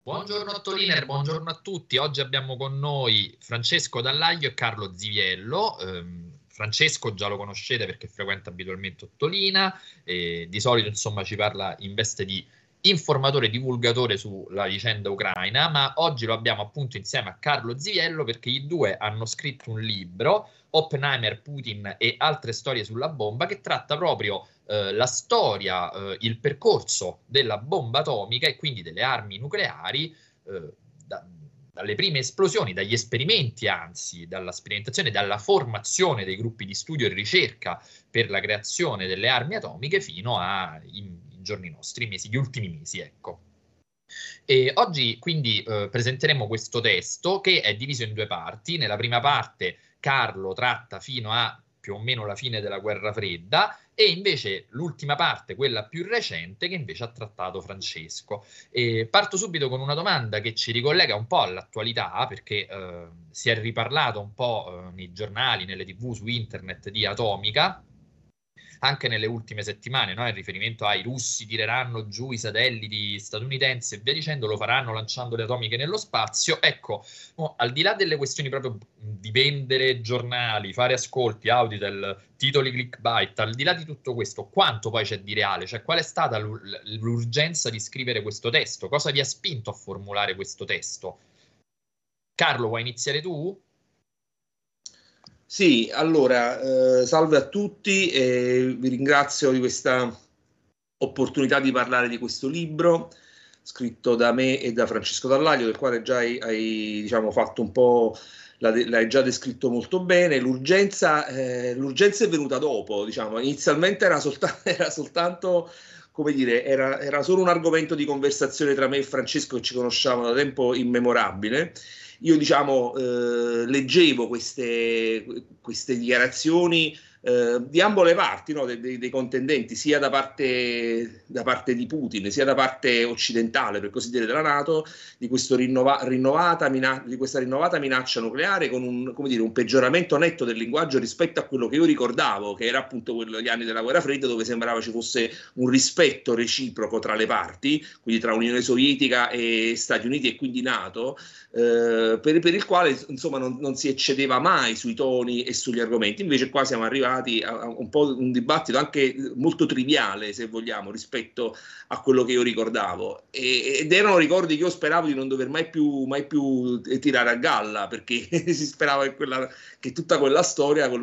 Buongiorno Ottoliner, buongiorno a tutti. Oggi abbiamo con noi Francesco Dallaglio e Carlo Ziviello. Francesco già lo conoscete perché frequenta abitualmente Ottolina e di solito insomma ci parla in veste di informatore e divulgatore sulla vicenda ucraina, ma oggi lo abbiamo appunto insieme a Carlo Ziviello perché i due hanno scritto un libro, Oppenheimer, Putin e altre storie sulla bomba, che tratta proprio la storia, il percorso della bomba atomica e quindi delle armi nucleari dalle prime esplosioni, dagli esperimenti, anzi, dalla sperimentazione, dalla formazione dei gruppi di studio e ricerca per la creazione delle armi atomiche fino ai giorni nostri, gli ultimi mesi, ecco. E oggi quindi presenteremo questo testo che è diviso in due parti. Nella prima parte Carlo tratta fino a più o meno la fine della guerra fredda e invece l'ultima parte, quella più recente, che invece ha trattato Francesco. E parto subito con una domanda che ci ricollega un po' all'attualità, perché si è riparlato un po' nei giornali, nelle TV, su internet di atomica, anche nelle ultime settimane, no? In riferimento ai russi tireranno giù i satelliti statunitensi e via dicendo, lo faranno lanciando le atomiche nello spazio. Ecco, al di là delle questioni proprio di vendere giornali, fare ascolti, Auditel, titoli clickbait, al di là di tutto questo, quanto poi c'è di reale? Cioè, qual è stata l'urgenza di scrivere questo testo? Cosa vi ha spinto a formulare questo testo? Carlo, vuoi iniziare tu? Sì, allora, salve a tutti e vi ringrazio di questa opportunità di parlare di questo libro scritto da me e da Francesco Dallaglio, del quale già hai diciamo, fatto un po', l'hai già descritto molto bene. L'urgenza è venuta dopo, diciamo. Inizialmente era soltanto, come dire, era solo un argomento di conversazione tra me e Francesco, che ci conosciamo da tempo immemorabile. Io, diciamo, leggevo queste dichiarazioni di ambo le parti, no? dei contendenti, sia da parte di Putin, sia da parte occidentale, per così dire, della NATO, di questa rinnovata minaccia nucleare, con un peggioramento netto del linguaggio rispetto a quello che io ricordavo, che era appunto gli anni della guerra fredda, dove sembrava ci fosse un rispetto reciproco tra le parti, quindi tra Unione Sovietica e Stati Uniti e quindi NATO, per il quale insomma non si eccedeva mai sui toni e sugli argomenti. Invece qua siamo arrivati a un po' un dibattito anche molto triviale, se vogliamo, rispetto a quello che io ricordavo, ed erano ricordi che io speravo di non dover mai più tirare a galla, perché si sperava che tutta quella storia dopo il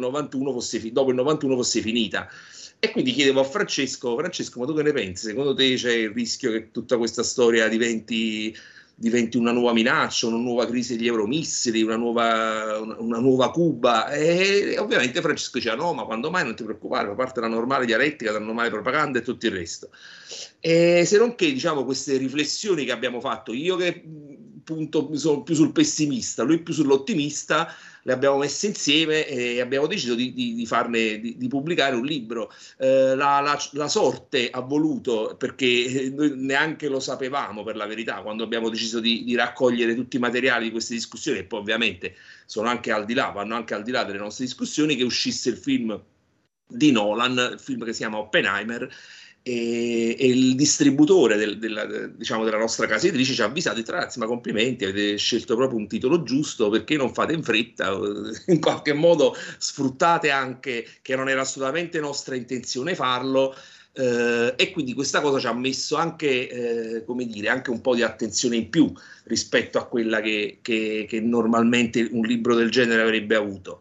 91 fosse finita. E quindi chiedevo a Francesco, ma tu che ne pensi? Secondo te c'è il rischio che tutta questa storia diventi una nuova minaccia, una nuova crisi degli euromissili, una nuova Cuba? E ovviamente Francesco diceva no, ma quando mai, non ti preoccupare, fa parte della normale dialettica, della normale propaganda e tutto il resto. E se non che, diciamo, queste riflessioni che abbiamo fatto, io che appunto sono più sul pessimista, lui più sull'ottimista, le abbiamo messe insieme e abbiamo deciso di pubblicare un libro. La sorte ha voluto, perché noi neanche lo sapevamo per la verità quando abbiamo deciso di raccogliere tutti i materiali di queste discussioni, e poi ovviamente vanno anche al di là delle nostre discussioni, che uscisse il film di Nolan, il film che si chiama Oppenheimer, e il distributore della nostra casa editrice ci ha avvisato, ragazzi, ma complimenti, avete scelto proprio un titolo giusto, perché non fate in fretta, in qualche modo sfruttate anche che non era assolutamente nostra intenzione farlo, e quindi questa cosa ci ha messo anche, come dire, anche un po' di attenzione in più rispetto a quella che normalmente un libro del genere avrebbe avuto.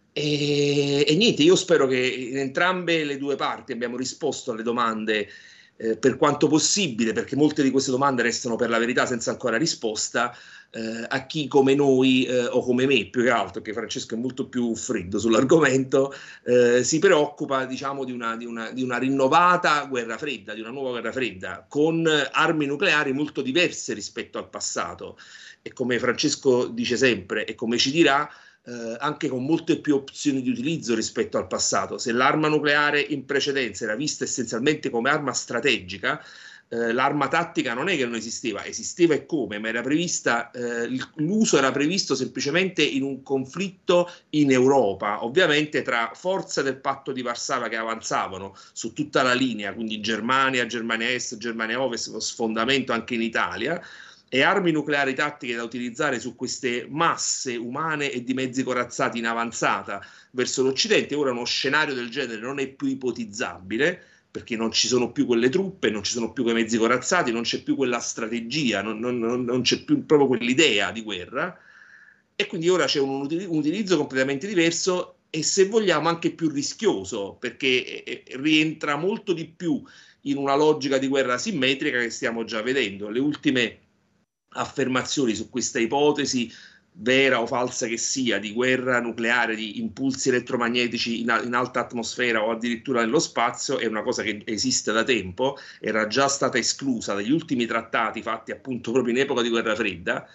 E niente, io spero che in entrambe le due parti abbiamo risposto alle domande per quanto possibile, perché molte di queste domande restano per la verità senza ancora risposta, a chi come noi o come me, più che altro, che Francesco è molto più freddo sull'argomento, si preoccupa, diciamo, di una rinnovata guerra fredda, di una nuova guerra fredda, con armi nucleari molto diverse rispetto al passato, e come Francesco dice sempre e come ci dirà, anche con molte più opzioni di utilizzo rispetto al passato. Se l'arma nucleare in precedenza era vista essenzialmente come arma strategica, l'arma tattica non è che non esisteva e come, ma era prevista, l'uso era previsto semplicemente in un conflitto in Europa, ovviamente tra forze del patto di Varsavia che avanzavano su tutta la linea, quindi Germania Est, Germania Ovest, con sfondamento anche in Italia, e armi nucleari tattiche da utilizzare su queste masse umane e di mezzi corazzati in avanzata verso l'Occidente, ora uno scenario del genere non è più ipotizzabile, perché non ci sono più quelle truppe, non ci sono più quei mezzi corazzati, non c'è più quella strategia, non c'è più proprio quell'idea di guerra, e quindi ora c'è un utilizzo completamente diverso e, se vogliamo, anche più rischioso, perché rientra molto di più in una logica di guerra asimmetrica che stiamo già vedendo. Le ultime affermazioni su questa ipotesi, vera o falsa che sia, di guerra nucleare, di impulsi elettromagnetici in alta atmosfera o addirittura nello spazio, è una cosa che esiste da tempo, era già stata esclusa dagli ultimi trattati fatti appunto proprio in epoca di guerra fredda,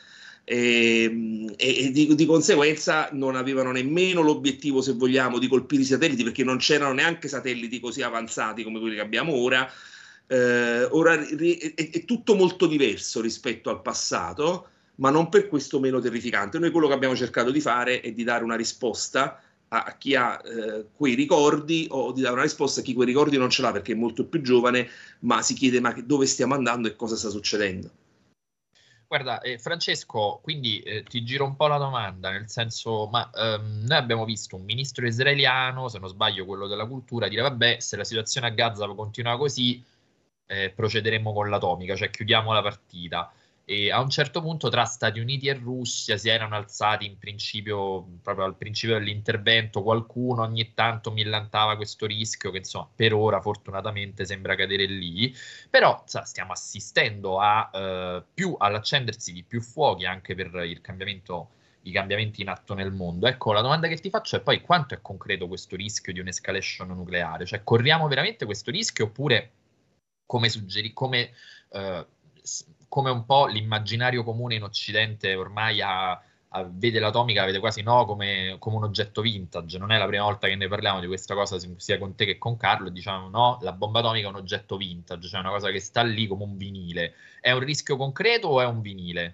e di conseguenza non avevano nemmeno l'obiettivo, se vogliamo, di colpire i satelliti, perché non c'erano neanche satelliti così avanzati come quelli che abbiamo ora. Ora è tutto molto diverso rispetto al passato, ma non per questo meno terrificante. Noi quello che abbiamo cercato di fare è di dare una risposta a chi ha quei ricordi, o di dare una risposta a chi quei ricordi non ce l'ha perché è molto più giovane, ma si chiede ma dove stiamo andando e cosa sta succedendo. Guarda, Francesco, quindi ti giro un po' la domanda, nel senso, noi abbiamo visto un ministro israeliano, se non sbaglio quello della cultura, dire vabbè, se la situazione a Gaza continua così, procederemo con l'atomica, cioè chiudiamo la partita. E a un certo punto tra Stati Uniti e Russia si erano alzati in principio, proprio al principio dell'intervento, qualcuno ogni tanto millantava questo rischio che insomma per ora fortunatamente sembra cadere lì, però stiamo assistendo all'accendersi di più fuochi anche per i cambiamenti in atto nel mondo. Ecco, la domanda che ti faccio è poi quanto è concreto questo rischio di un'escalation nucleare? Cioè corriamo veramente questo rischio oppure eh, come un po' l'immaginario comune in Occidente ormai vede l'atomica, vede quasi come un oggetto vintage. Non è la prima volta che ne parliamo di questa cosa, sia con te che con Carlo, e diciamo no, la bomba atomica è un oggetto vintage, cioè una cosa che sta lì come un vinile. È un rischio concreto o è un vinile?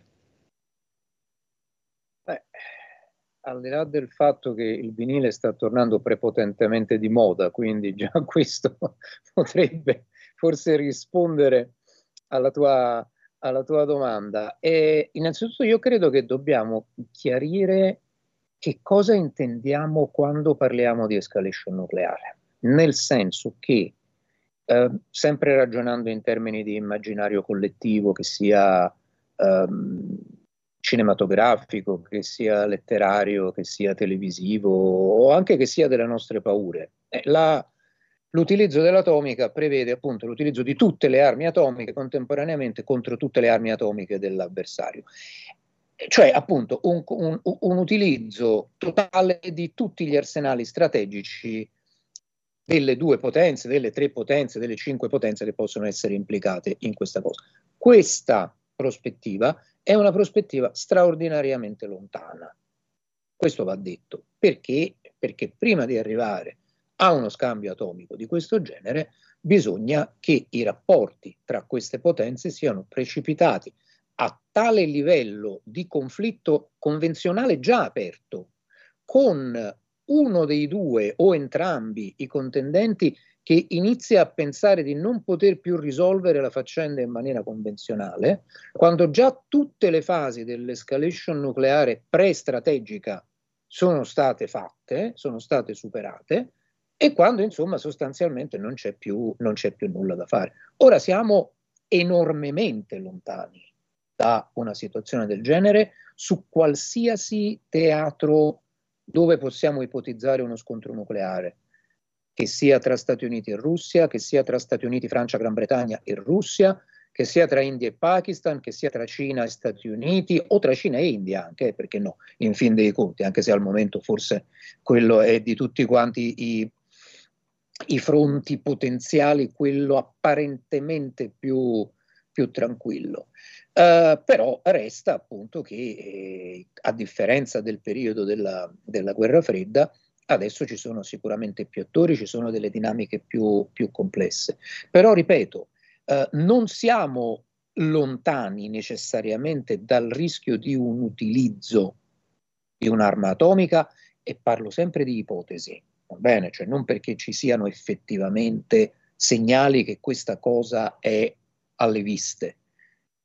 Beh, al di là del fatto che il vinile sta tornando prepotentemente di moda, quindi già questo potrebbe forse rispondere alla tua domanda. E innanzitutto io credo che dobbiamo chiarire che cosa intendiamo quando parliamo di escalation nucleare, nel senso che sempre ragionando in termini di immaginario collettivo, che sia cinematografico, che sia letterario, che sia televisivo o anche che sia delle nostre paure. L'utilizzo dell'atomica prevede appunto l'utilizzo di tutte le armi atomiche contemporaneamente contro tutte le armi atomiche dell'avversario. Cioè appunto un utilizzo totale di tutti gli arsenali strategici delle 2 potenze, delle 3 potenze, delle 5 potenze che possono essere implicate in questa cosa. Questa prospettiva è una prospettiva straordinariamente lontana. Questo va detto. Perché? Perché prima di arrivare a uno scambio atomico di questo genere bisogna che i rapporti tra queste potenze siano precipitati a tale livello di conflitto convenzionale già aperto, con uno dei 2 o entrambi i contendenti che inizia a pensare di non poter più risolvere la faccenda in maniera convenzionale, quando già tutte le fasi dell'escalation nucleare pre-strategica sono state fatte, sono state superate, e quando insomma sostanzialmente non c'è più nulla da fare. Ora siamo enormemente lontani da una situazione del genere su qualsiasi teatro dove possiamo ipotizzare uno scontro nucleare, che sia tra Stati Uniti e Russia, che sia tra Stati Uniti, Francia, Gran Bretagna e Russia, che sia tra India e Pakistan, che sia tra Cina e Stati Uniti, o tra Cina e India anche, perché no, in fin dei conti, anche se al momento forse quello è di tutti quanti i fronti potenziali, quello apparentemente più tranquillo. Però resta appunto che a differenza del periodo della guerra fredda, adesso ci sono sicuramente più attori, ci sono delle dinamiche più complesse. Però ripeto, non siamo lontani necessariamente dal rischio di un utilizzo di un'arma atomica, e parlo sempre di ipotesi, va bene? Cioè non perché ci siano effettivamente segnali che questa cosa è alle viste,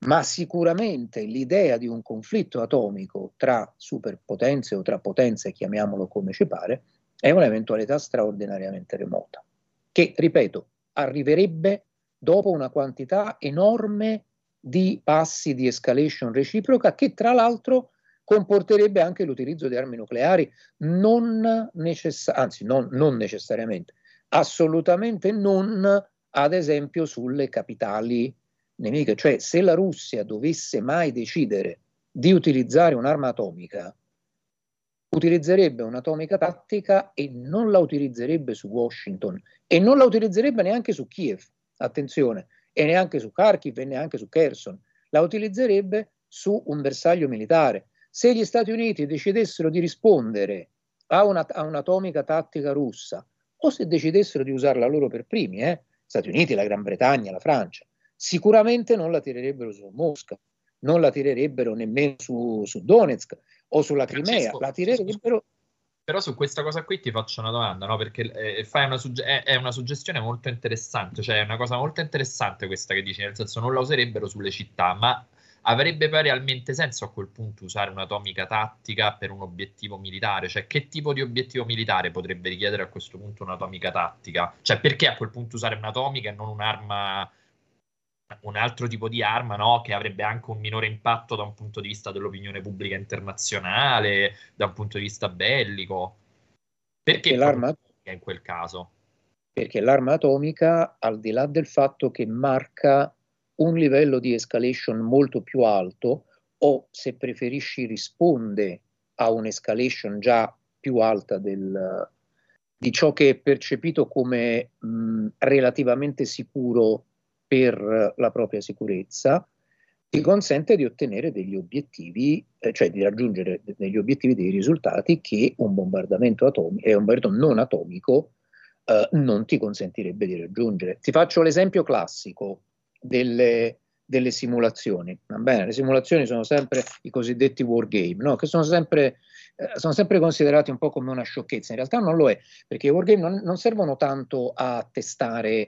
ma sicuramente l'idea di un conflitto atomico tra superpotenze o tra potenze, chiamiamolo come ci pare, è un'eventualità straordinariamente remota, che, ripeto, arriverebbe dopo una quantità enorme di passi di escalation reciproca che tra l'altro comporterebbe anche l'utilizzo di armi nucleari, non necessariamente, assolutamente non, ad esempio, sulle capitali nemiche. Cioè, se la Russia dovesse mai decidere di utilizzare un'arma atomica, utilizzerebbe un'atomica tattica e non la utilizzerebbe su Washington e non la utilizzerebbe neanche su Kiev, attenzione, e neanche su Kharkiv e neanche su Kherson, la utilizzerebbe su un bersaglio militare. Se gli Stati Uniti decidessero di rispondere a un'atomica tattica russa, o se decidessero di usarla loro per primi, Stati Uniti, la Gran Bretagna, la Francia, sicuramente non la tirerebbero su Mosca, non la tirerebbero nemmeno su Donetsk o sulla Crimea, la tirerebbero. Però su questa cosa qui ti faccio una domanda, no? Perché fai è una suggestione molto interessante, cioè è una cosa molto interessante questa che dici, nel senso non la userebbero sulle città, ma avrebbe poi realmente senso a quel punto usare un'atomica tattica per un obiettivo militare? Cioè che tipo di obiettivo militare potrebbe richiedere a questo punto un'atomica tattica? Cioè perché a quel punto usare un'atomica e non un'arma, un altro tipo di arma, no? Che avrebbe anche un minore impatto da un punto di vista dell'opinione pubblica internazionale, da un punto di vista bellico? Perché proprio in quel caso? Perché l'arma atomica, al di là del fatto che marca un livello di escalation molto più alto, o se preferisci risponde a un'escalation già più alta di ciò che è percepito come relativamente sicuro per la propria sicurezza, ti consente di ottenere degli obiettivi, cioè di raggiungere degli obiettivi, dei risultati che un bombardamento atomico e un bombardamento non atomico non ti consentirebbe di raggiungere. Ti faccio l'esempio classico delle simulazioni. Va bene? Le simulazioni sono sempre i cosiddetti wargame, no? Che sono sempre considerati un po' come una sciocchezza. In realtà non lo è, perché i wargame non servono tanto a testare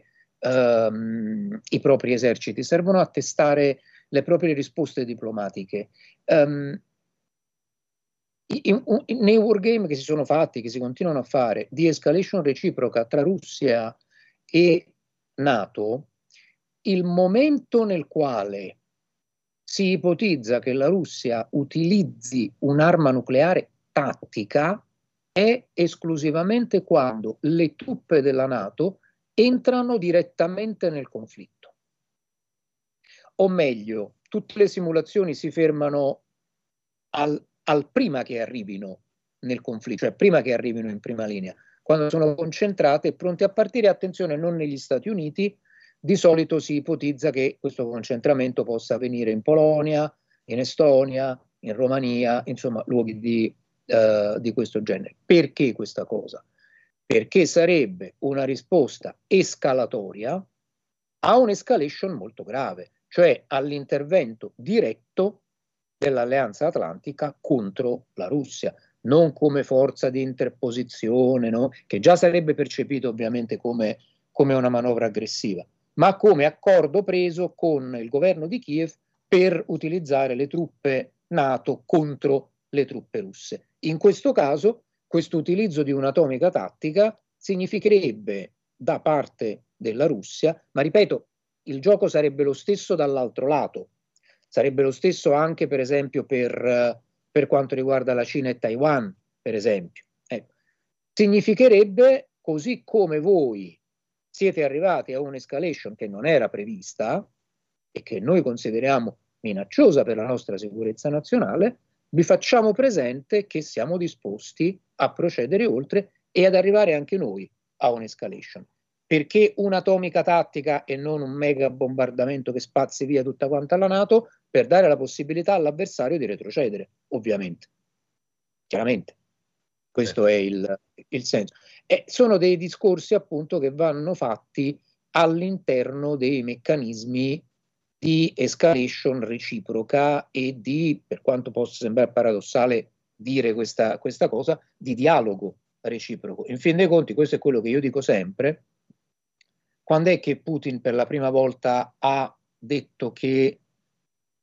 i propri eserciti, servono a testare le proprie risposte diplomatiche. Nei wargame che si sono fatti, che si continuano a fare, di escalation reciproca tra Russia e NATO, il momento nel quale si ipotizza che la Russia utilizzi un'arma nucleare tattica è esclusivamente quando le truppe della NATO entrano direttamente nel conflitto. O meglio, tutte le simulazioni si fermano al prima che arrivino nel conflitto, cioè prima che arrivino in prima linea, quando sono concentrate e pronte a partire. Attenzione, non negli Stati Uniti, di solito si ipotizza che questo concentramento possa avvenire in Polonia, in Estonia, in Romania, insomma luoghi di questo genere. Perché questa cosa? Perché sarebbe una risposta escalatoria a un'escalation molto grave, cioè all'intervento diretto dell'Alleanza Atlantica contro la Russia, non come forza di interposizione, no? Che già sarebbe percepito ovviamente come una manovra aggressiva, ma come accordo preso con il governo di Kiev per utilizzare le truppe NATO contro le truppe russe. In questo caso, questo utilizzo di un'atomica tattica significherebbe da parte della Russia, ma ripeto, il gioco sarebbe lo stesso dall'altro lato, sarebbe lo stesso anche per esempio per quanto riguarda la Cina e Taiwan, per esempio. Significherebbe, così come voi siete arrivati a un'escalation che non era prevista e che noi consideriamo minacciosa per la nostra sicurezza nazionale, vi facciamo presente che siamo disposti a procedere oltre e ad arrivare anche noi a un'escalation. Perché un'atomica tattica e non un mega bombardamento che spazzi via tutta quanta la NATO? Per dare la possibilità all'avversario di retrocedere, ovviamente. Chiaramente. Questo è il senso. E sono dei discorsi appunto che vanno fatti all'interno dei meccanismi di escalation reciproca e di, per quanto possa sembrare paradossale dire questa cosa, di dialogo reciproco. In fin dei conti, questo è quello che io dico sempre. Quando è che Putin per la prima volta ha detto che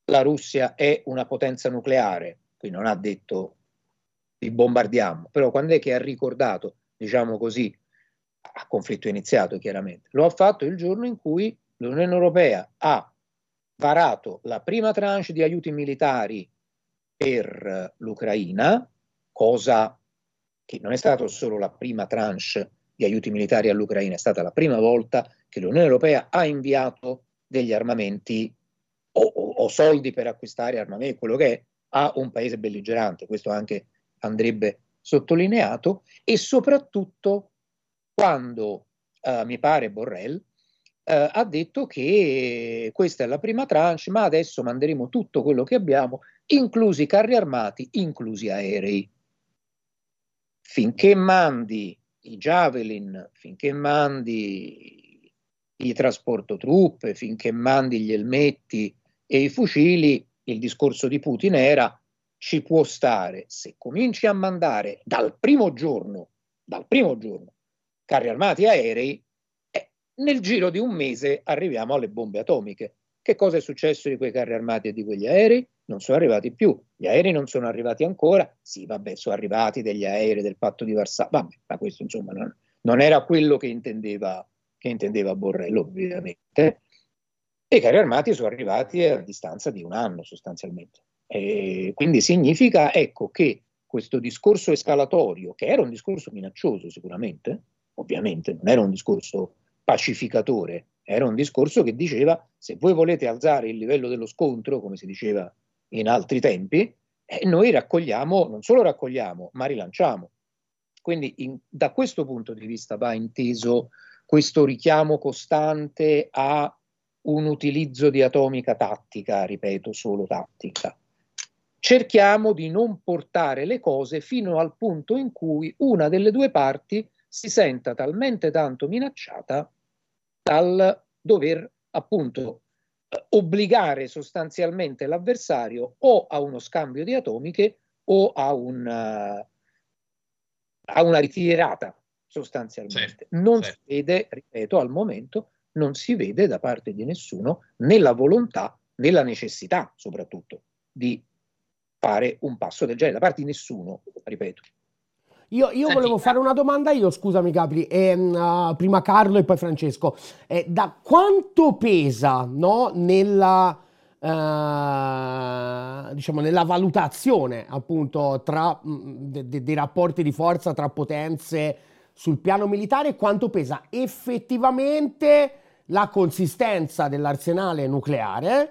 la Russia è una potenza nucleare, qui non ha detto li bombardiamo, però quando è che ha ricordato, diciamo così, a conflitto iniziato chiaramente, lo ha fatto il giorno in cui l'Unione Europea ha varato la prima tranche di aiuti militari per l'Ucraina, cosa che non è stata solo la prima tranche di aiuti militari all'Ucraina, è stata la prima volta che l'Unione Europea ha inviato degli armamenti o soldi per acquistare armamenti, quello che è, a un paese belligerante. Questo anche andrebbe sottolineato, e soprattutto quando mi pare Borrell ha detto che questa è la prima tranche, ma adesso manderemo tutto quello che abbiamo, inclusi carri armati, inclusi aerei. Finché mandi i Javelin, finché mandi i trasporto truppe, finché mandi gli elmetti e i fucili, il discorso di Putin era: ci può stare, se cominci a mandare dal primo giorno carri armati e aerei, nel giro di un mese arriviamo alle bombe atomiche. Che cosa è successo di quei carri armati e di quegli aerei? Non sono arrivati più. Gli aerei non sono arrivati ancora. Sì, vabbè, sono arrivati degli aerei del patto di Varsavia. Vabbè, ma questo insomma non era quello che intendeva Borrell, ovviamente. E i carri armati sono arrivati a distanza di un anno sostanzialmente. E quindi significa, ecco, che questo discorso escalatorio, che era un discorso minaccioso sicuramente, ovviamente non era un discorso pacificatore, era un discorso che diceva: se voi volete alzare il livello dello scontro, come si diceva in altri tempi, noi raccogliamo, non solo raccogliamo, ma rilanciamo. Quindi da questo punto di vista va inteso questo richiamo costante a un utilizzo di atomica tattica, ripeto, solo tattica. Cerchiamo di non portare le cose fino al punto in cui una delle due parti si senta talmente tanto minacciata dal dover appunto obbligare sostanzialmente l'avversario o a uno scambio di atomiche o a una ritirata sostanzialmente. Non si vede, ripeto, al momento non si vede da parte di nessuno né la volontà né la necessità soprattutto di fare un passo del genere, da parte di nessuno, ripeto. Io volevo fare una domanda, scusami Gabri, prima Carlo e poi Francesco. Da quanto pesa, no, nella valutazione appunto tra dei rapporti di forza tra potenze sul piano militare, quanto pesa effettivamente la consistenza dell'arsenale nucleare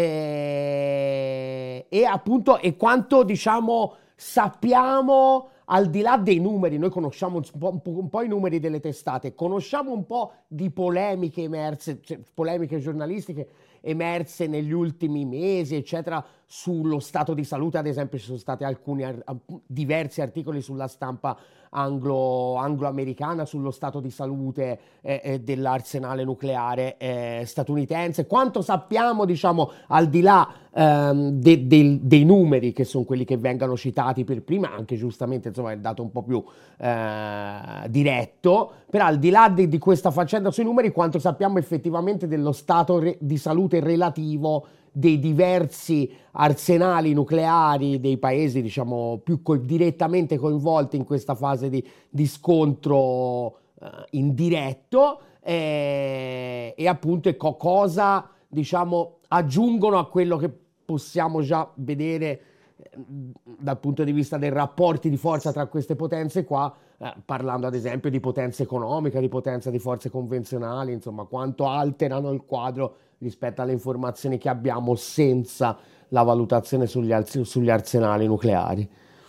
e quanto, diciamo, sappiamo, al di là dei numeri. Noi conosciamo un po' i numeri delle testate, conosciamo un po' di polemiche emerse, polemiche giornalistiche emerse negli ultimi mesi, eccetera, sullo stato di salute. Ad esempio ci sono stati diversi articoli sulla stampa anglo-americana sullo stato di salute dell'arsenale nucleare statunitense. Quanto sappiamo, diciamo, al di là dei numeri, che sono quelli che vengono citati per prima, anche giustamente, insomma, è il dato un po' più diretto, però al di là di questa faccenda sui numeri, quanto sappiamo effettivamente dello stato di salute relativo dei diversi arsenali nucleari dei paesi, diciamo, più direttamente coinvolti in questa fase di scontro indiretto, e appunto cosa, diciamo, aggiungono a quello che possiamo già vedere dal punto di vista dei rapporti di forza tra queste potenze qua, parlando ad esempio di potenza economica, di potenza di forze convenzionali, insomma, quanto alterano il quadro rispetto alle informazioni che abbiamo senza la valutazione sugli arsenali nucleari.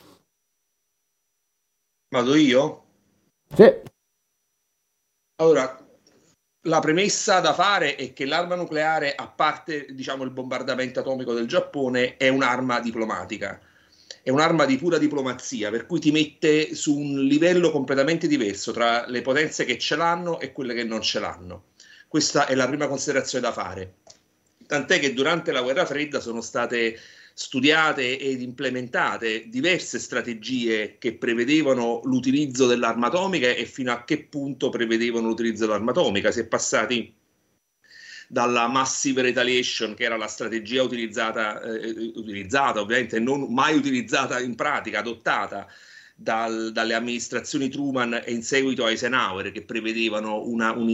Vado io? Sì. Allora, la premessa da fare è che l'arma nucleare, a parte, diciamo, il bombardamento atomico del Giappone, è un'arma diplomatica, è un'arma di pura diplomazia, per cui ti mette su un livello completamente diverso tra le potenze che ce l'hanno e quelle che non ce l'hanno. Questa è la prima considerazione da fare. Tant'è che durante la guerra fredda sono state studiate ed implementate diverse strategie che prevedevano l'utilizzo dell'arma atomica e fino a che punto prevedevano l'utilizzo dell'arma atomica. Si è passati dalla massive retaliation, che era la strategia utilizzata ovviamente, non mai utilizzata in pratica, adottata dalle amministrazioni Truman e in seguito Eisenhower, che prevedevano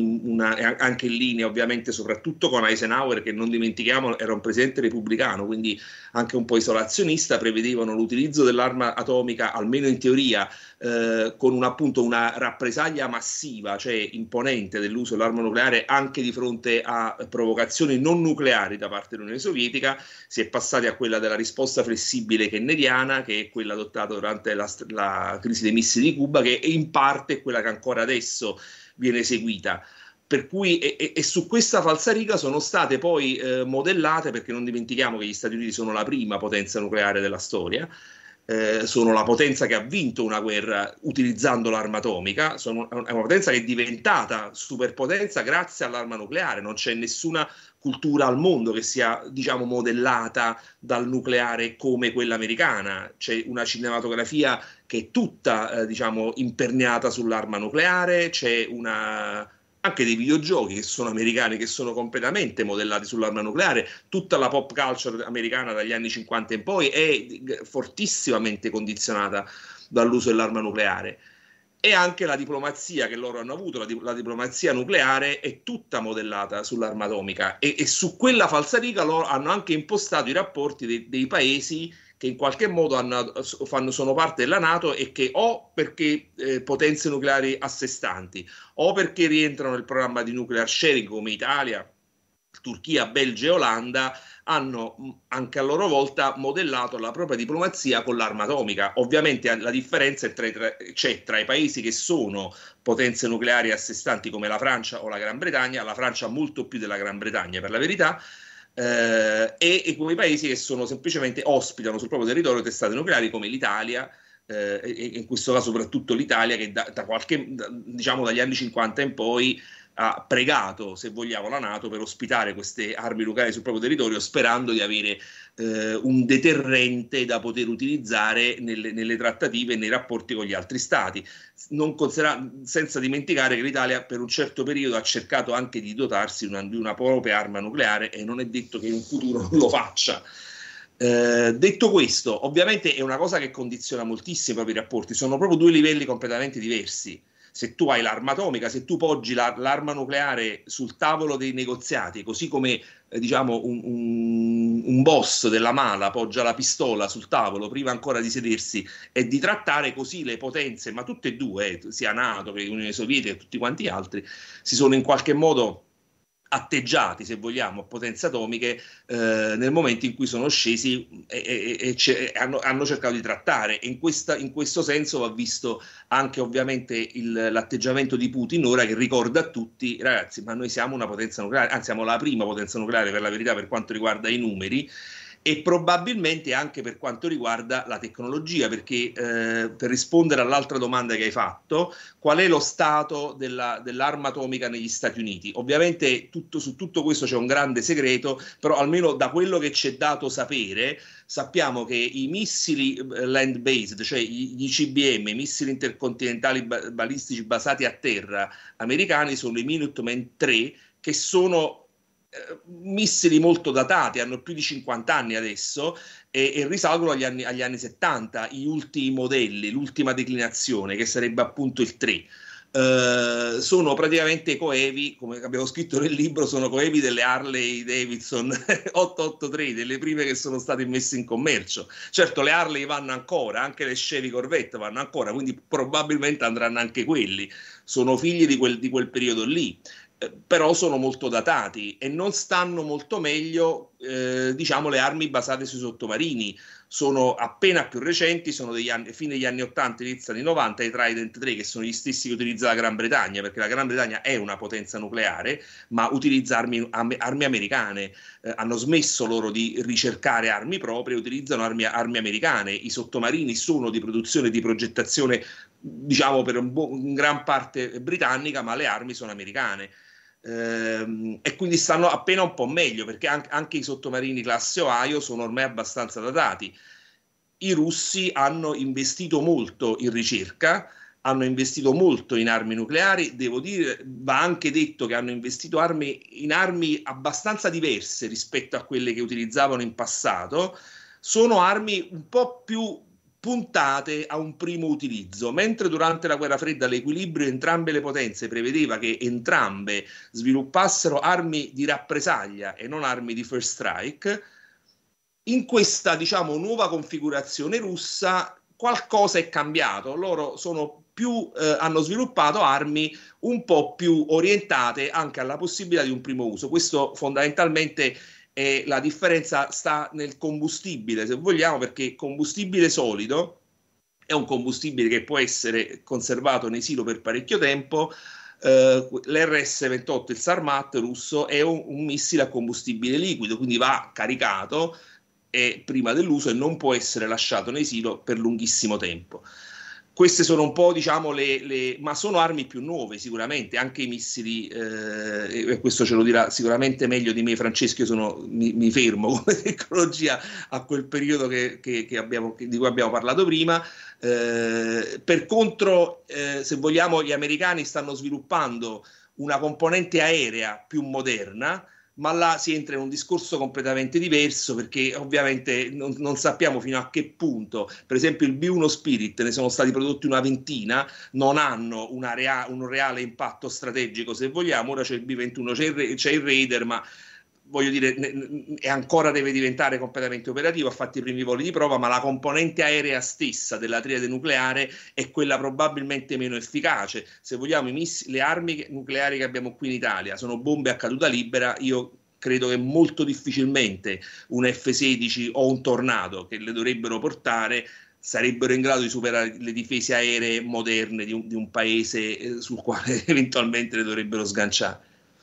anche in linea ovviamente soprattutto con Eisenhower, che non dimentichiamo era un presidente repubblicano, quindi anche un po' isolazionista, prevedevano l'utilizzo dell'arma atomica, almeno in teoria, con appunto una rappresaglia massiva, cioè imponente, dell'uso dell'arma nucleare anche di fronte a provocazioni non nucleari da parte dell'Unione Sovietica. Si è passati a quella della risposta flessibile kennediana, che è quella adottata durante la crisi dei missili di Cuba, che in parte è quella che ancora adesso viene eseguita. Per cui e su questa falsariga sono state poi modellate, perché non dimentichiamo che gli Stati Uniti sono la prima potenza nucleare della storia, sono la potenza che ha vinto una guerra utilizzando l'arma atomica, è una potenza che è diventata superpotenza grazie all'arma nucleare. Non c'è nessuna cultura al mondo che sia, diciamo, modellata dal nucleare come quella americana. C'è una cinematografia che è tutta diciamo imperniata sull'arma nucleare, c'è anche dei videogiochi che sono americani, che sono completamente modellati sull'arma nucleare. Tutta la pop culture americana dagli anni 50 in poi è fortissimamente condizionata dall'uso dell'arma nucleare. E anche la diplomazia che loro hanno avuto, la diplomazia nucleare, è tutta modellata sull'arma atomica, e su quella falsariga loro hanno anche impostato i rapporti dei paesi che in qualche modo sono parte della NATO, e che o perché potenze nucleari a sé stanti, o perché rientrano nel programma di nuclear sharing, come Italia, Turchia, Belgio e Olanda, hanno anche a loro volta modellato la propria diplomazia con l'arma atomica. Ovviamente la differenza c'è tra i paesi che sono potenze nucleari a sé stanti, come la Francia o la Gran Bretagna, la Francia molto più della Gran Bretagna per la verità, e quei paesi che semplicemente ospitano sul proprio territorio testate nucleari, come l'Italia, e in questo caso soprattutto l'Italia, che diciamo dagli anni 50 in poi ha pregato, se vogliamo, la NATO per ospitare queste armi nucleari sul proprio territorio, sperando di avere un deterrente da poter utilizzare nelle trattative e nei rapporti con gli altri stati, senza dimenticare che l'Italia per un certo periodo ha cercato anche di dotarsi di una propria arma nucleare, e non è detto che in un futuro lo faccia. Detto questo, ovviamente è una cosa che condiziona moltissimo i propri rapporti, sono proprio due livelli completamente diversi. Se tu hai l'arma atomica, se tu poggi l'arma nucleare sul tavolo dei negoziati, così come diciamo un boss della mala poggia la pistola sul tavolo prima ancora di sedersi e di trattare, così le potenze, ma tutte e due, sia NATO che Unione Sovietica e tutti quanti altri, si sono in qualche modo atteggiati, se vogliamo, a potenze atomiche nel momento in cui sono scesi e hanno cercato di trattare. E in questo senso va visto anche ovviamente l'atteggiamento di Putin ora, che ricorda a tutti: ragazzi, ma noi siamo una potenza nucleare, anzi siamo la prima potenza nucleare per la verità per quanto riguarda i numeri, e probabilmente anche per quanto riguarda la tecnologia, perché per rispondere all'altra domanda che hai fatto, qual è lo stato dell'arma atomica negli Stati Uniti? Ovviamente su tutto questo c'è un grande segreto, però almeno da quello che ci è dato sapere, sappiamo che i missili land-based, cioè gli ICBM, i missili intercontinentali balistici basati a terra americani, sono i Minuteman III, che sono missili molto datati, hanno più di 50 anni adesso, e risalgono agli anni 70, gli ultimi modelli, l'ultima declinazione, che sarebbe appunto il 3. Sono praticamente coevi, come abbiamo scritto nel libro, sono coevi delle Harley Davidson 883, delle prime che sono state messe in commercio. Certo, le Harley vanno ancora, anche le Chevy Corvette vanno ancora, quindi probabilmente andranno anche quelli, sono figli di quel periodo lì. Però sono molto datati e non stanno molto meglio, diciamo, le armi basate sui sottomarini. Sono appena più recenti, sono fine degli anni 80, inizio anni 90, i Trident 3, che sono gli stessi che utilizza la Gran Bretagna, perché la Gran Bretagna è una potenza nucleare, ma utilizza armi americane. Hanno smesso loro di ricercare armi proprie, utilizzano armi americane. I sottomarini sono di produzione e di progettazione, diciamo, per in gran parte britannica, ma le armi sono americane. E quindi stanno appena un po' meglio, perché anche i sottomarini classe Ohio sono ormai abbastanza datati. I russi hanno investito molto in ricerca, hanno investito molto in armi nucleari, devo dire, va anche detto che hanno investito in armi abbastanza diverse rispetto a quelle che utilizzavano in passato, sono armi un po' più puntate a un primo utilizzo, mentre durante la guerra fredda l'equilibrio di entrambe le potenze prevedeva che entrambe sviluppassero armi di rappresaglia e non armi di first strike. In questa, diciamo, nuova configurazione russa qualcosa è cambiato, loro hanno sviluppato armi un po' più orientate anche alla possibilità di un primo uso. Questo fondamentalmente la differenza sta nel combustibile, se vogliamo, perché combustibile solido è un combustibile che può essere conservato nei silo per parecchio tempo. L'RS-28, il Sarmat russo, è un missile a combustibile liquido, quindi va caricato prima dell'uso e non può essere lasciato nei silo per lunghissimo tempo. Queste sono un po', diciamo, ma sono armi più nuove sicuramente, anche i missili, e questo ce lo dirà sicuramente meglio di me Francesco, io mi fermo come tecnologia a quel periodo di cui abbiamo parlato prima. Per contro, se vogliamo, gli americani stanno sviluppando una componente aerea più moderna, ma là si entra in un discorso completamente diverso, perché ovviamente non sappiamo fino a che punto, per esempio il B-1 Spirit, ne sono stati prodotti una ventina, non hanno un reale impatto strategico, se vogliamo. Ora c'è il B-21, c'è il Raider, ma voglio dire, ancora deve diventare completamente operativo, ha fatto i primi voli di prova, ma la componente aerea stessa della triade nucleare è quella probabilmente meno efficace. Se vogliamo, le armi nucleari che abbiamo qui in Italia sono bombe a caduta libera. Io credo che molto difficilmente un F-16 o un Tornado, che le dovrebbero portare, sarebbero in grado di superare le difese aeree moderne di un paese sul quale eventualmente le dovrebbero sganciare.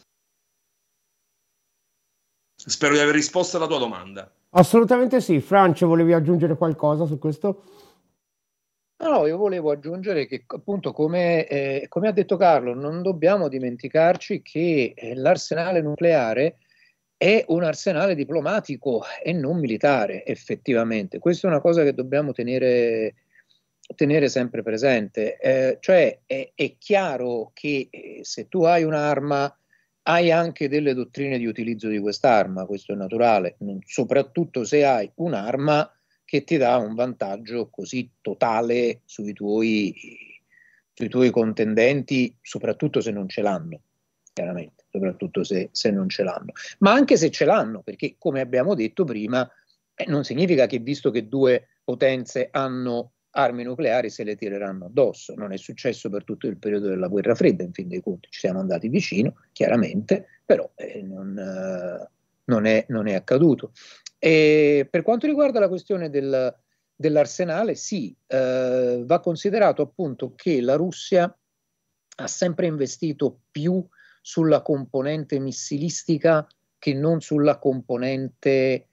Spero di aver risposto alla tua domanda. Assolutamente sì. Francio, volevi aggiungere qualcosa su questo? No, io volevo aggiungere che appunto come ha detto Carlo, non dobbiamo dimenticarci che l'arsenale nucleare è un arsenale diplomatico e non militare, effettivamente. Questa è una cosa che dobbiamo tenere sempre presente. Cioè è chiaro che se tu hai un'arma, hai anche delle dottrine di utilizzo di quest'arma, questo è naturale, soprattutto se hai un'arma che ti dà un vantaggio così totale sui tuoi contendenti, soprattutto se non ce l'hanno, chiaramente, soprattutto se non ce l'hanno. Ma anche se ce l'hanno, perché come abbiamo detto prima, non significa che visto che due potenze hanno armi nucleari se le tireranno addosso. Non è successo per tutto il periodo della guerra fredda, in fin dei conti ci siamo andati vicino, chiaramente, però non è accaduto. E per quanto riguarda la questione dell'arsenale, sì, va considerato appunto che la Russia ha sempre investito più sulla componente missilistica che non sulla componente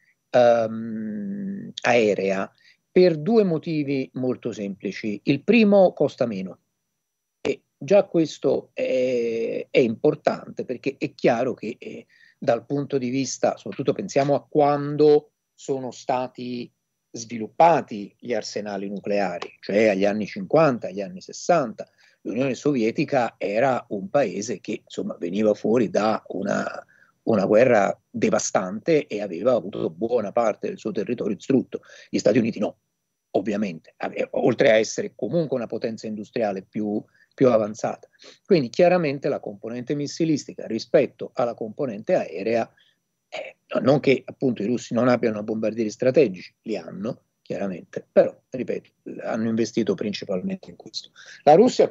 aerea, per due motivi molto semplici. Il primo, costa meno, e già questo è importante, perché è chiaro che dal punto di vista, soprattutto pensiamo a quando sono stati sviluppati gli arsenali nucleari, cioè agli anni 50, agli anni 60, l'Unione Sovietica era un paese che insomma veniva fuori da una guerra devastante e aveva avuto buona parte del suo territorio distrutto. Gli Stati Uniti no, ovviamente, oltre a essere comunque una potenza industriale più avanzata. Quindi chiaramente la componente missilistica rispetto alla componente aerea, non che appunto i russi non abbiano bombardieri strategici, li hanno chiaramente, però ripeto, hanno investito principalmente in questo. La Russia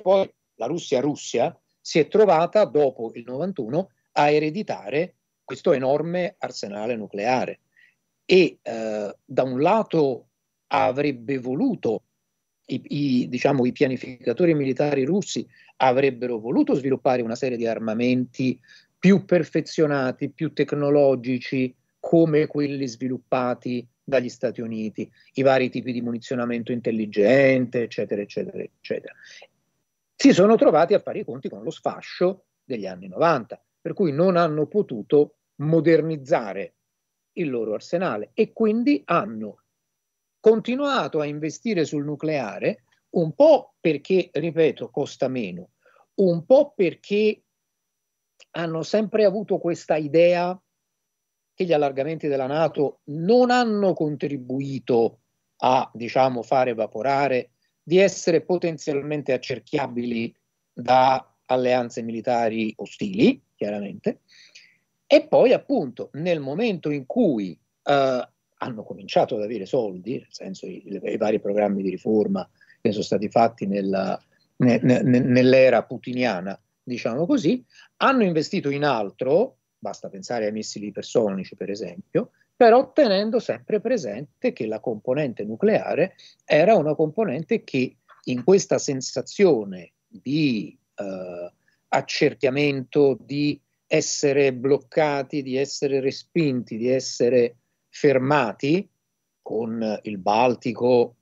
si è trovata dopo il 91 a ereditare questo enorme arsenale nucleare e da un lato avrebbe voluto, i pianificatori militari russi avrebbero voluto sviluppare una serie di armamenti più perfezionati, più tecnologici, come quelli sviluppati dagli Stati Uniti, i vari tipi di munizionamento intelligente, eccetera, eccetera, eccetera. Si sono trovati a fare i conti con lo sfascio degli anni 90, per cui non hanno potuto modernizzare il loro arsenale e quindi hanno continuato a investire sul nucleare un po' perché, ripeto, costa meno, un po' perché hanno sempre avuto questa idea che gli allargamenti della NATO non hanno contribuito a, diciamo, far evaporare, di essere potenzialmente accerchiabili da alleanze militari ostili, chiaramente, e poi appunto nel momento in cui hanno cominciato ad avere soldi, nel senso i vari programmi di riforma che sono stati fatti nell'era putiniana, diciamo così, hanno investito in altro, basta pensare ai missili ipersonici per esempio, però tenendo sempre presente che la componente nucleare era una componente che in questa sensazione di accerchiamento, di essere bloccati, di essere respinti, di essere fermati, con il Baltico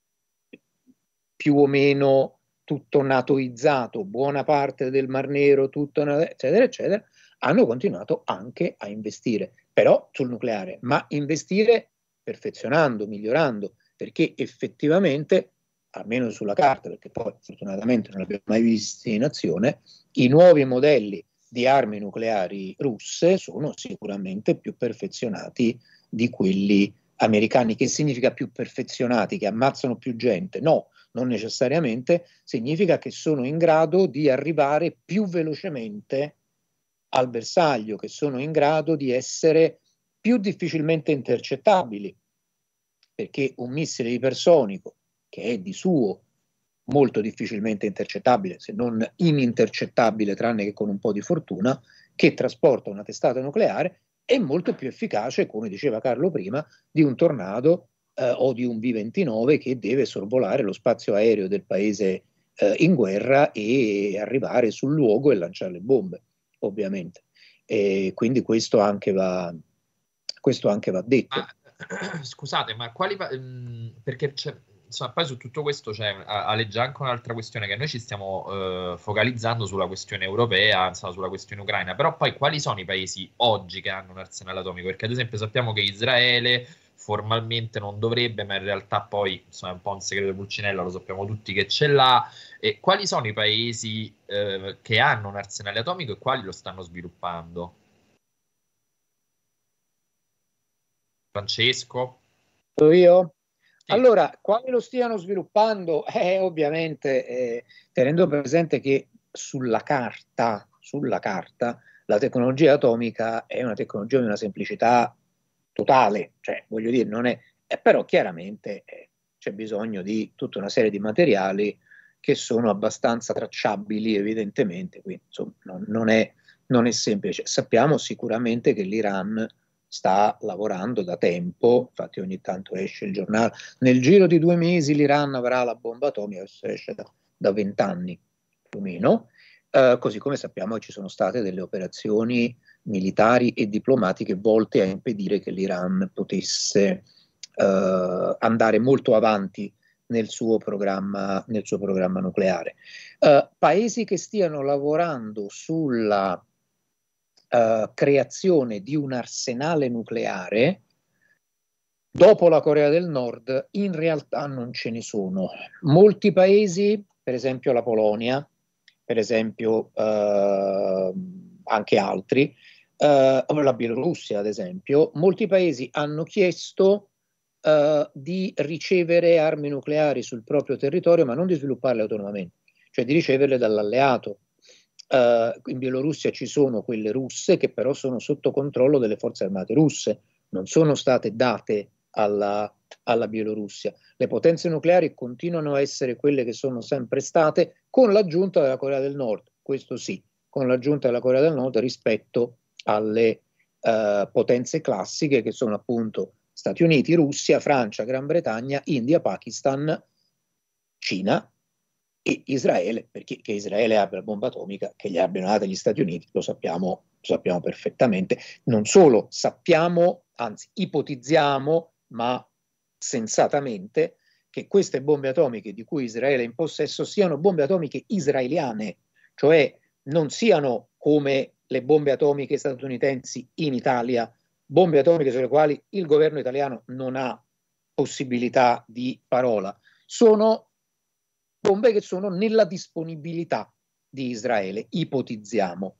più o meno tutto natoizzato, buona parte del Mar Nero, tutto, eccetera, eccetera, hanno continuato anche a investire, però sul nucleare, ma investire perfezionando, migliorando, perché effettivamente, almeno sulla carta, perché poi fortunatamente non l'abbiamo mai visti in azione, i nuovi modelli di armi nucleari russe sono sicuramente più perfezionati di quelli americani. Che significa più perfezionati? Che ammazzano più gente? No, non necessariamente, significa che sono in grado di arrivare più velocemente al bersaglio, che sono in grado di essere più difficilmente intercettabili, perché un missile ipersonico, che è di suo molto difficilmente intercettabile, se non inintercettabile, tranne che con un po' di fortuna, che trasporta una testata nucleare, è molto più efficace, come diceva Carlo prima, di un Tornado o di un V-29 che deve sorvolare lo spazio aereo del paese in guerra e arrivare sul luogo e lanciare le bombe, ovviamente. E quindi questo anche va detto. Scusate, ma quali... perché insomma, poi su tutto questo aleggia anche un'altra questione, che noi ci stiamo focalizzando sulla questione europea, insomma, sulla questione ucraina, però poi quali sono i paesi oggi che hanno un arsenale atomico? Perché ad esempio sappiamo che Israele formalmente non dovrebbe, ma in realtà poi, insomma, è un po' un segreto Pulcinella, lo sappiamo tutti che ce l'ha. E quali sono i paesi che hanno un arsenale atomico e quali lo stanno sviluppando? Francesco? Io? Sì. Allora, quali lo stiano sviluppando? Ovviamente tenendo presente che sulla carta, la tecnologia atomica è una tecnologia di una semplicità totale, cioè voglio dire, non è, però chiaramente c'è bisogno di tutta una serie di materiali che sono abbastanza tracciabili, evidentemente, quindi insomma non è semplice. Sappiamo sicuramente che l'Iran sta lavorando da tempo, infatti ogni tanto esce il giornale, nel giro di 2 mesi l'Iran avrà la bomba atomica, questo esce da 20 anni più o meno, così come sappiamo che ci sono state delle operazioni militari e diplomatiche volte a impedire che l'Iran potesse andare molto avanti nel suo programma nucleare. Paesi che stiano lavorando sulla creazione di un arsenale nucleare, dopo la Corea del Nord, in realtà non ce ne sono. Molti paesi, per esempio la Polonia, per esempio anche altri, la Bielorussia ad esempio, molti paesi hanno chiesto di ricevere armi nucleari sul proprio territorio, ma non di svilupparle autonomamente, cioè di riceverle dall'alleato. In Bielorussia ci sono quelle russe che però sono sotto controllo delle forze armate russe, non sono state date alla Bielorussia. Le potenze nucleari continuano a essere quelle che sono sempre state, con l'aggiunta della Corea del Nord, questo sì, con l'aggiunta della Corea del Nord rispetto alle potenze classiche che sono appunto Stati Uniti, Russia, Francia, Gran Bretagna, India, Pakistan, Cina e Israele, perché che Israele abbia la bomba atomica, che gli abbiano date gli Stati Uniti, lo sappiamo perfettamente. Non solo sappiamo, anzi ipotizziamo, ma sensatamente, che queste bombe atomiche di cui Israele è in possesso siano bombe atomiche israeliane, cioè non siano come le bombe atomiche statunitensi in Italia, bombe atomiche sulle quali il governo italiano non ha possibilità di parola. Sono bombe che sono nella disponibilità di Israele, ipotizziamo.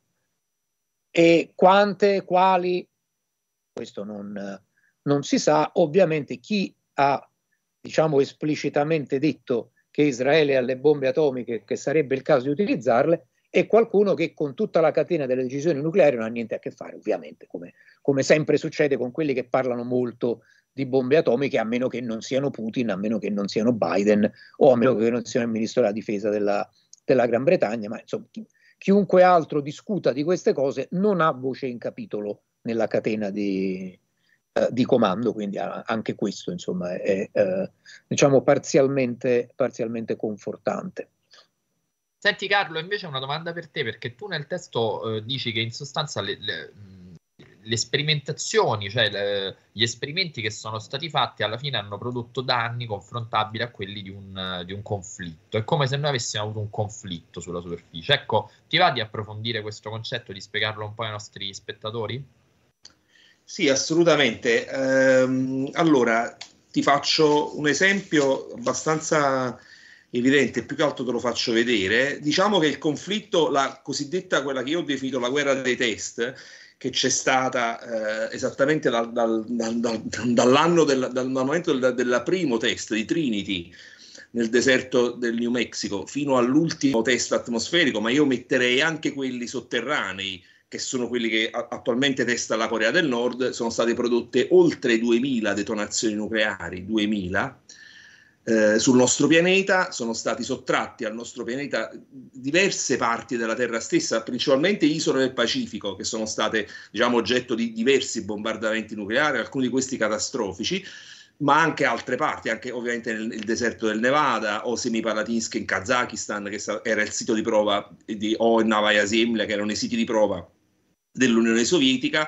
E quante, quali, questo non si sa. Ovviamente chi ha, diciamo, esplicitamente detto che Israele ha le bombe atomiche, che sarebbe il caso di utilizzarle, è qualcuno che con tutta la catena delle decisioni nucleari non ha niente a che fare, ovviamente, come sempre succede con quelli che parlano molto di bombe atomiche, a meno che non siano Putin, a meno che non siano Biden, o a meno che non siano il ministro della difesa della Gran Bretagna. Ma insomma, chiunque altro discuta di queste cose non ha voce in capitolo nella catena di comando, quindi anche questo, insomma, è diciamo parzialmente confortante. Senti Carlo, invece una domanda per te, perché tu nel testo dici che in sostanza le sperimentazioni, cioè gli esperimenti che sono stati fatti alla fine hanno prodotto danni confrontabili a quelli di un conflitto. È come se noi avessimo avuto un conflitto sulla superficie. Ecco, ti va di approfondire questo concetto, di spiegarlo un po' ai nostri spettatori? Sì, assolutamente. Allora, ti faccio un esempio abbastanza evidente, più che altro te lo faccio vedere. Diciamo che il conflitto, la cosiddetta, quella che io ho definito la guerra dei test, che c'è stata esattamente dall'anno dal momento del primo test di Trinity nel deserto del New Mexico fino all'ultimo test atmosferico, ma io metterei anche quelli sotterranei, che sono quelli che attualmente testa la Corea del Nord. Sono state prodotte oltre 2000 detonazioni nucleari, 2000, sul nostro pianeta. Sono stati sottratti al nostro pianeta diverse parti della Terra stessa, principalmente isole del Pacifico, che sono state, diciamo, oggetto di diversi bombardamenti nucleari, alcuni di questi catastrofici, ma anche altre parti, anche ovviamente nel deserto del Nevada o Semipalatinsk in Kazakistan, che era il sito di prova o in Novaya Zemlya, che erano i siti di prova dell'Unione Sovietica.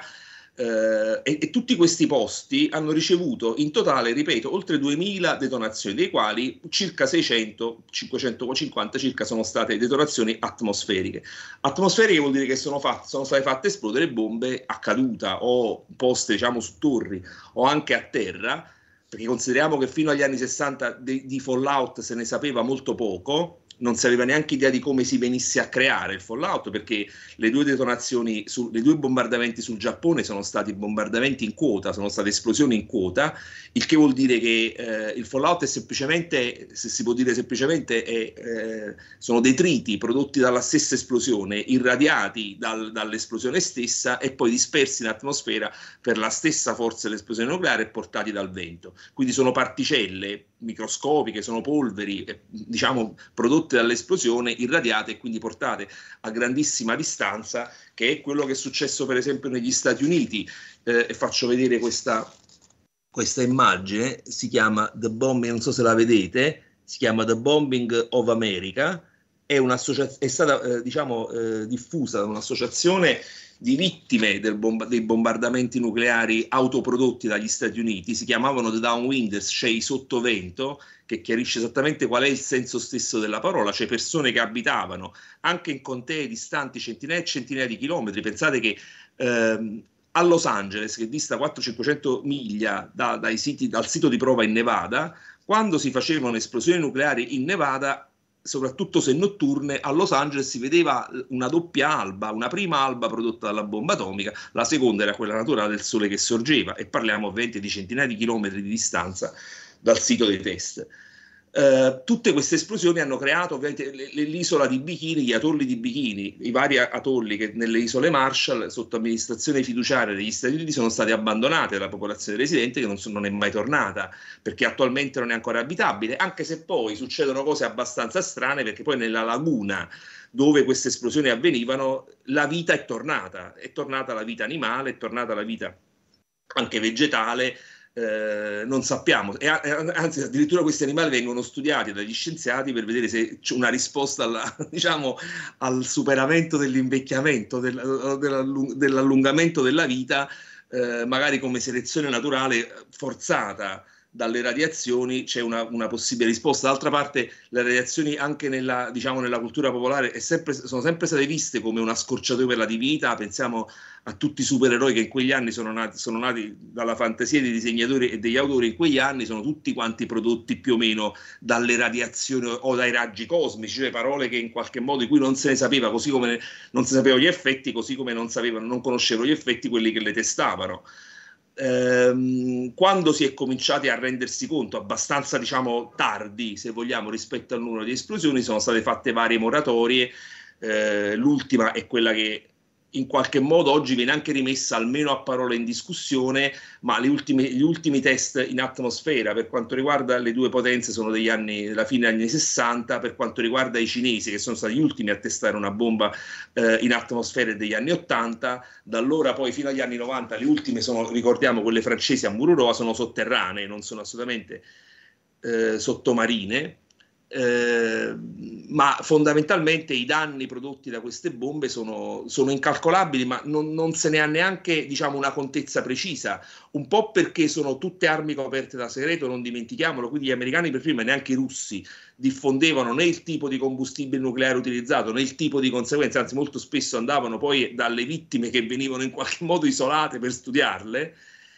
E tutti questi posti hanno ricevuto in totale, ripeto, oltre 2000 detonazioni, dei quali circa 600, 550 circa sono state detonazioni atmosferiche. Atmosferiche vuol dire che sono state fatte esplodere bombe a caduta o poste, diciamo, su torri o anche a terra, perché consideriamo che fino agli anni 60 di fallout se ne sapeva molto poco. Non si aveva neanche idea di come si venisse a creare il fallout, perché le due detonazioni, le due bombardamenti sul Giappone sono stati bombardamenti in quota, sono state esplosioni in quota, il che vuol dire che il fallout è semplicemente, se si può dire semplicemente, sono detriti prodotti dalla stessa esplosione, irradiati dall'esplosione stessa e poi dispersi in atmosfera per la stessa forza dell'esplosione nucleare e portati dal vento. Quindi sono particelle microscopiche, sono polveri, diciamo, prodotte dall'esplosione, irradiate e quindi portate a grandissima distanza, che è quello che è successo per esempio negli Stati Uniti. E faccio vedere questa immagine, si chiama The Bombing, non so se la vedete, si chiama The Bombing of America, è stata diffusa da un'associazione di vittime dei bombardamenti nucleari autoprodotti dagli Stati Uniti. Si chiamavano The Downwinders, cioè i sottovento, che chiarisce esattamente qual è il senso stesso della parola, cioè persone che abitavano anche in contee distanti centinaia e centinaia di chilometri. Pensate che a Los Angeles, che dista 400-500 miglia dal sito di prova in Nevada, quando si facevano esplosioni nucleari in Nevada, soprattutto se notturne, a Los Angeles si vedeva una doppia alba, una prima alba prodotta dalla bomba atomica, la seconda era quella naturale del sole che sorgeva, e parliamo ovviamente di centinaia di chilometri di distanza dal sito dei test. Tutte queste esplosioni hanno creato ovviamente l'isola di Bikini, gli atolli di Bikini, i vari atolli che nelle isole Marshall sotto amministrazione fiduciaria degli Stati Uniti sono stati abbandonati dalla popolazione residente, che non è mai tornata, perché attualmente non è ancora abitabile, anche se poi succedono cose abbastanza strane, perché poi nella laguna dove queste esplosioni avvenivano la vita è tornata la vita animale, è tornata la vita anche vegetale. Non sappiamo, anzi addirittura questi animali vengono studiati dagli scienziati per vedere se c'è una risposta al superamento dell'invecchiamento, dell'allungamento della vita, magari come selezione naturale forzata dalle radiazioni, c'è una possibile risposta. D'altra parte le radiazioni anche nella cultura popolare sono sempre state viste come una scorciatoia per la divinità. Pensiamo a tutti i supereroi che in quegli anni sono nati dalla fantasia dei disegnatori e degli autori. In quegli anni sono tutti quanti prodotti più o meno dalle radiazioni o dai raggi cosmici, cioè parole che in qualche modo di cui non se ne sapeva, così come non si sapevano gli effetti, così come non conoscevano gli effetti quelli che le testavano. Quando si è cominciati a rendersi conto, abbastanza tardi se vogliamo rispetto al numero di esplosioni, sono state fatte varie moratorie. L'ultima è quella che in qualche modo oggi viene anche rimessa almeno a parole in discussione, ma gli ultimi test in atmosfera per quanto riguarda le due potenze sono della fine degli anni 60, per quanto riguarda i cinesi, che sono stati gli ultimi a testare una bomba in atmosfera degli anni 80, da allora poi fino agli anni 90 le ultime sono, ricordiamo, quelle francesi a Mururoa, sono sotterranee, non sono assolutamente sottomarine. Ma fondamentalmente i danni prodotti da queste bombe sono incalcolabili, ma non se ne ha neanche una contezza precisa, un po' perché sono tutte armi coperte da segreto, non dimentichiamolo, quindi gli americani per prima, neanche i russi, diffondevano né il tipo di combustibile nucleare utilizzato né il tipo di conseguenze, anzi molto spesso andavano poi dalle vittime che venivano in qualche modo isolate per studiarle.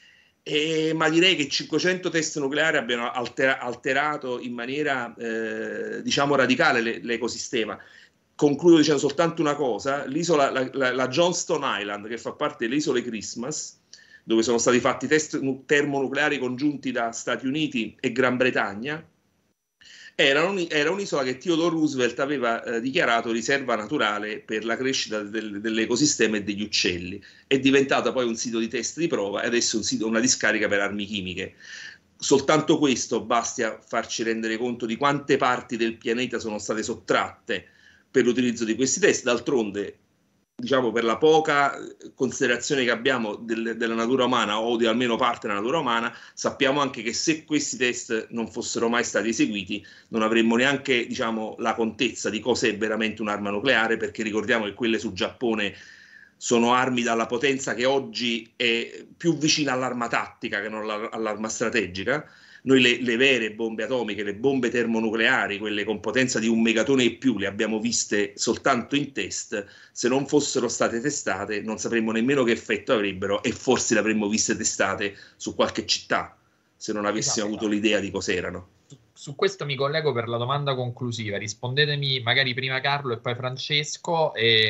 Ma direi che 500 test nucleari abbiano alterato in maniera radicale l'ecosistema. Concludo dicendo soltanto una cosa: la Johnston Island, che fa parte delle isole Christmas, dove sono stati fatti test termonucleari congiunti da Stati Uniti e Gran Bretagna, era un'isola che Theodore Roosevelt aveva dichiarato riserva naturale per la crescita dell'ecosistema e degli uccelli. È diventata poi un sito di test di prova e adesso una discarica per armi chimiche. Soltanto questo basti a farci rendere conto di quante parti del pianeta sono state sottratte per l'utilizzo di questi test. D'altronde, per la poca considerazione che abbiamo della natura umana o di almeno parte della natura umana, sappiamo anche che se questi test non fossero mai stati eseguiti non avremmo neanche la contezza di cos'è veramente un'arma nucleare, perché ricordiamo che quelle sul Giappone sono armi dalla potenza che oggi è più vicina all'arma tattica che non all'arma strategica. Noi le vere bombe atomiche, le bombe termonucleari, quelle con potenza di 1 megatone e più, le abbiamo viste soltanto in test. Se non fossero state testate non sapremmo nemmeno che effetto avrebbero, e forse le avremmo viste testate su qualche città, se non avessimo avuto l'idea di cos'erano. Su questo mi collego per la domanda conclusiva. Rispondetemi magari prima Carlo e poi Francesco.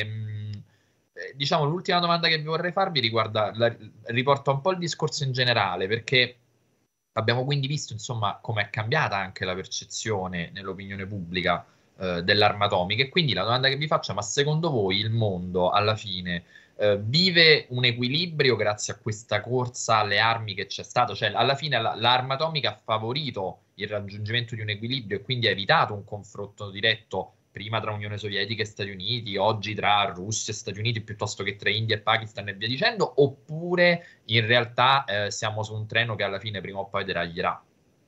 L'ultima domanda che vi vorrei farvi riporta un po' il discorso in generale, perché abbiamo quindi visto, insomma, come è cambiata anche la percezione nell'opinione pubblica dell'arma atomica. E quindi la domanda che vi faccio è: ma secondo voi il mondo alla fine vive un equilibrio grazie a questa corsa alle armi che c'è stato? Cioè, alla fine l'arma atomica ha favorito il raggiungimento di un equilibrio e quindi ha evitato un confronto diretto prima tra Unione Sovietica e Stati Uniti, oggi tra Russia e Stati Uniti, piuttosto che tra India e Pakistan e via dicendo, oppure in realtà siamo su un treno che alla fine prima o poi deraglierà?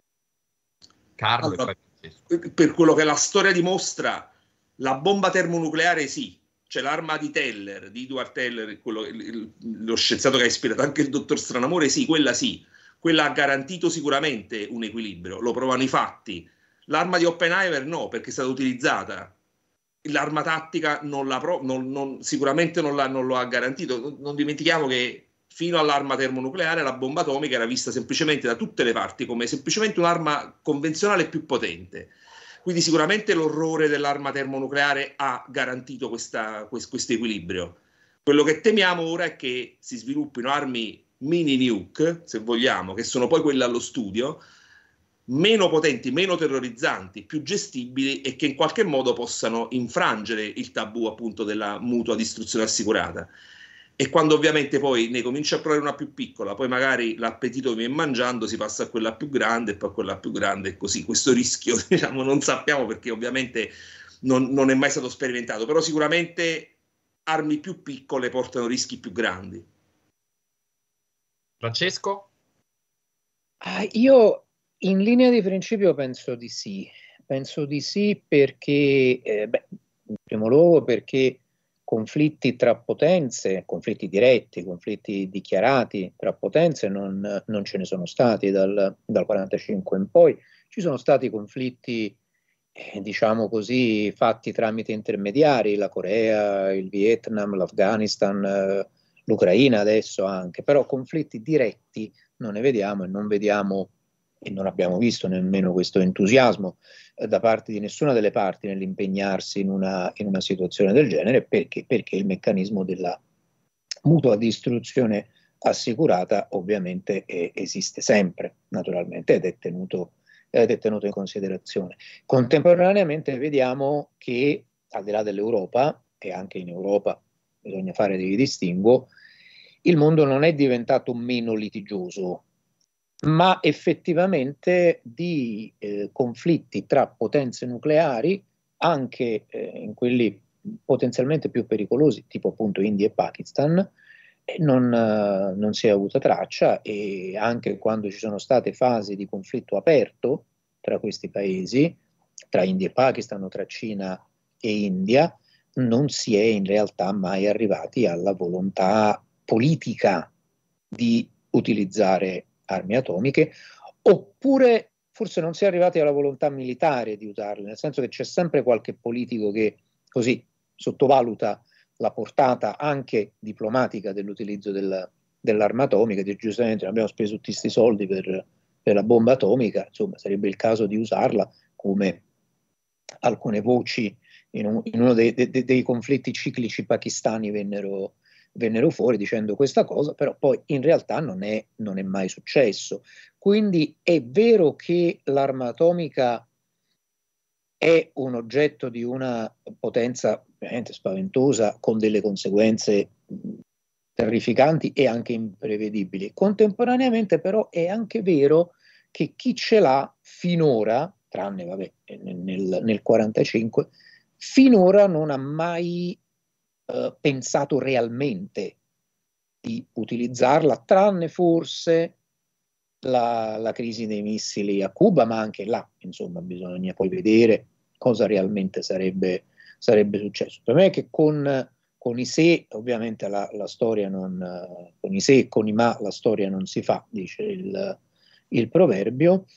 Carlo e poi Francesco. Per quello che la storia dimostra, la bomba termonucleare sì, cioè l'arma di Teller, di Edward Teller, lo scienziato che ha ispirato anche il dottor Stranamore, sì, quella ha garantito sicuramente un equilibrio, lo provano i fatti. L'arma di Oppenheimer no, perché è stata utilizzata. L'arma tattica sicuramente non lo ha garantito. Non dimentichiamo che fino all'arma termonucleare la bomba atomica era vista semplicemente da tutte le parti come semplicemente un'arma convenzionale più potente. Quindi sicuramente l'orrore dell'arma termonucleare ha garantito questo equilibrio. Quello che temiamo ora è che si sviluppino armi mini nuke, se vogliamo, che sono poi quelle allo studio, meno potenti, meno terrorizzanti, più gestibili e che in qualche modo possano infrangere il tabù appunto della mutua distruzione assicurata. E quando ovviamente poi ne comincia a provare una più piccola, poi magari l'appetito che viene mangiando si passa a quella più grande e poi a quella più grande e così. Questo rischio non sappiamo, perché ovviamente non è mai stato sperimentato, però sicuramente armi più piccole portano rischi più grandi. Francesco? Io in linea di principio penso di sì perché, in primo luogo perché conflitti tra potenze, conflitti diretti, conflitti dichiarati tra potenze non ce ne sono stati dal 45 in poi. Ci sono stati conflitti, diciamo così, fatti tramite intermediari, la Corea, il Vietnam, l'Afghanistan, l'Ucraina adesso anche, però conflitti diretti non ne vediamo e non vediamo e non abbiamo visto nemmeno questo entusiasmo da parte di nessuna delle parti nell'impegnarsi in una situazione del genere, perché il meccanismo della mutua distruzione assicurata ovviamente esiste sempre, naturalmente, ed è tenuto in considerazione. Contemporaneamente vediamo che al di là dell'Europa, e anche in Europa bisogna fare dei distinguo, il mondo non è diventato meno litigioso, ma effettivamente di conflitti tra potenze nucleari, anche in quelli potenzialmente più pericolosi, tipo appunto India e Pakistan, non si è avuta traccia, e anche quando ci sono state fasi di conflitto aperto tra questi paesi, tra India e Pakistan o tra Cina e India, non si è in realtà mai arrivati alla volontà politica di utilizzare armi atomiche, oppure forse non si è arrivati alla volontà militare di usarle, nel senso che c'è sempre qualche politico che così sottovaluta la portata anche diplomatica dell'utilizzo dell'arma atomica, che giustamente abbiamo speso tutti questi soldi per la bomba atomica, insomma sarebbe il caso di usarla, come alcune voci in uno dei conflitti ciclici pakistani vennero fuori dicendo questa cosa, però poi in realtà non è mai successo. Quindi è vero che l'arma atomica è un oggetto di una potenza veramente spaventosa, con delle conseguenze terrificanti e anche imprevedibili. Contemporaneamente però è anche vero che chi ce l'ha finora, tranne nel 45, finora non ha mai pensato realmente di utilizzarla, tranne forse la crisi dei missili a Cuba, ma anche là, insomma, bisogna poi vedere cosa realmente sarebbe successo. Per me è che con i se, ovviamente la storia non, con i se e con i ma la storia non si fa, dice il proverbio.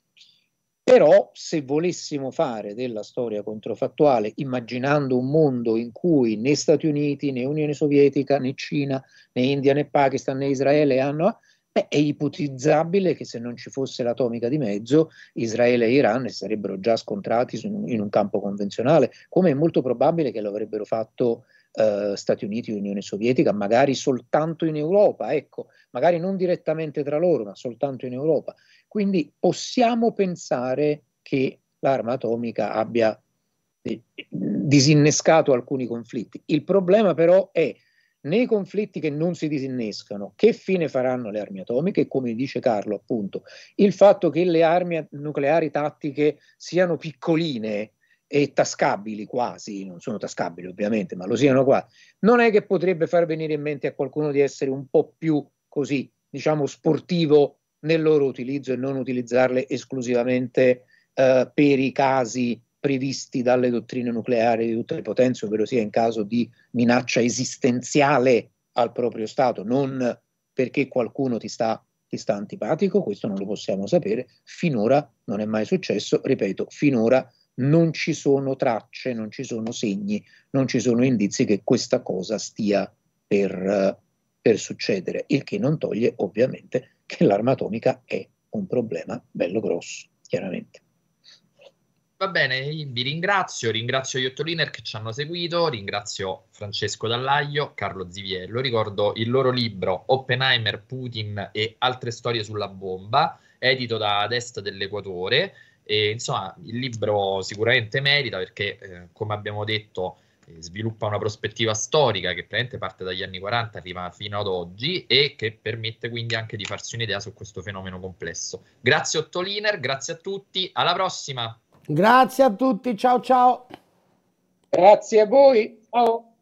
Però se volessimo fare della storia controfattuale, immaginando un mondo in cui né Stati Uniti, né Unione Sovietica, né Cina, né India, né Pakistan, né Israele è ipotizzabile che se non ci fosse l'atomica di mezzo, Israele e Iran si sarebbero già scontrati in un campo convenzionale, come è molto probabile che lo avrebbero fatto Stati Uniti e Unione Sovietica, magari soltanto in Europa, ecco, magari non direttamente tra loro, ma soltanto in Europa. Quindi possiamo pensare che l'arma atomica abbia disinnescato alcuni conflitti. Il problema però è, nei conflitti che non si disinnescano, che fine faranno le armi atomiche? Come dice Carlo, appunto, il fatto che le armi nucleari tattiche siano piccoline e tascabili quasi, non sono tascabili ovviamente, ma lo siano qua, non è che potrebbe far venire in mente a qualcuno di essere un po' più così, diciamo, sportivo nel loro utilizzo e non utilizzarle esclusivamente per i casi previsti dalle dottrine nucleari di tutte le potenze, ovvero sia in caso di minaccia esistenziale al proprio Stato, non perché qualcuno ti sta antipatico. Questo non lo possiamo sapere. Finora non è mai successo, ripeto, finora non ci sono tracce, non ci sono segni, non ci sono indizi che questa cosa stia per succedere, il che non toglie ovviamente che l'arma atomica è un problema bello grosso, chiaramente. Va bene, vi ringrazio gli Ottoliner che ci hanno seguito, ringrazio Francesco Dallaglio, Carlo Ziviello, ricordo il loro libro Oppenheimer, Putin e altre storie sulla bomba, edito da Ad Est dell'Equatore, e insomma il libro sicuramente merita perché come abbiamo detto sviluppa una prospettiva storica che praticamente parte dagli anni 40, arriva fino ad oggi e che permette quindi anche di farsi un'idea su questo fenomeno complesso. Grazie Ottoliner, grazie a tutti, alla prossima! Grazie a tutti, ciao ciao. Grazie a voi, ciao.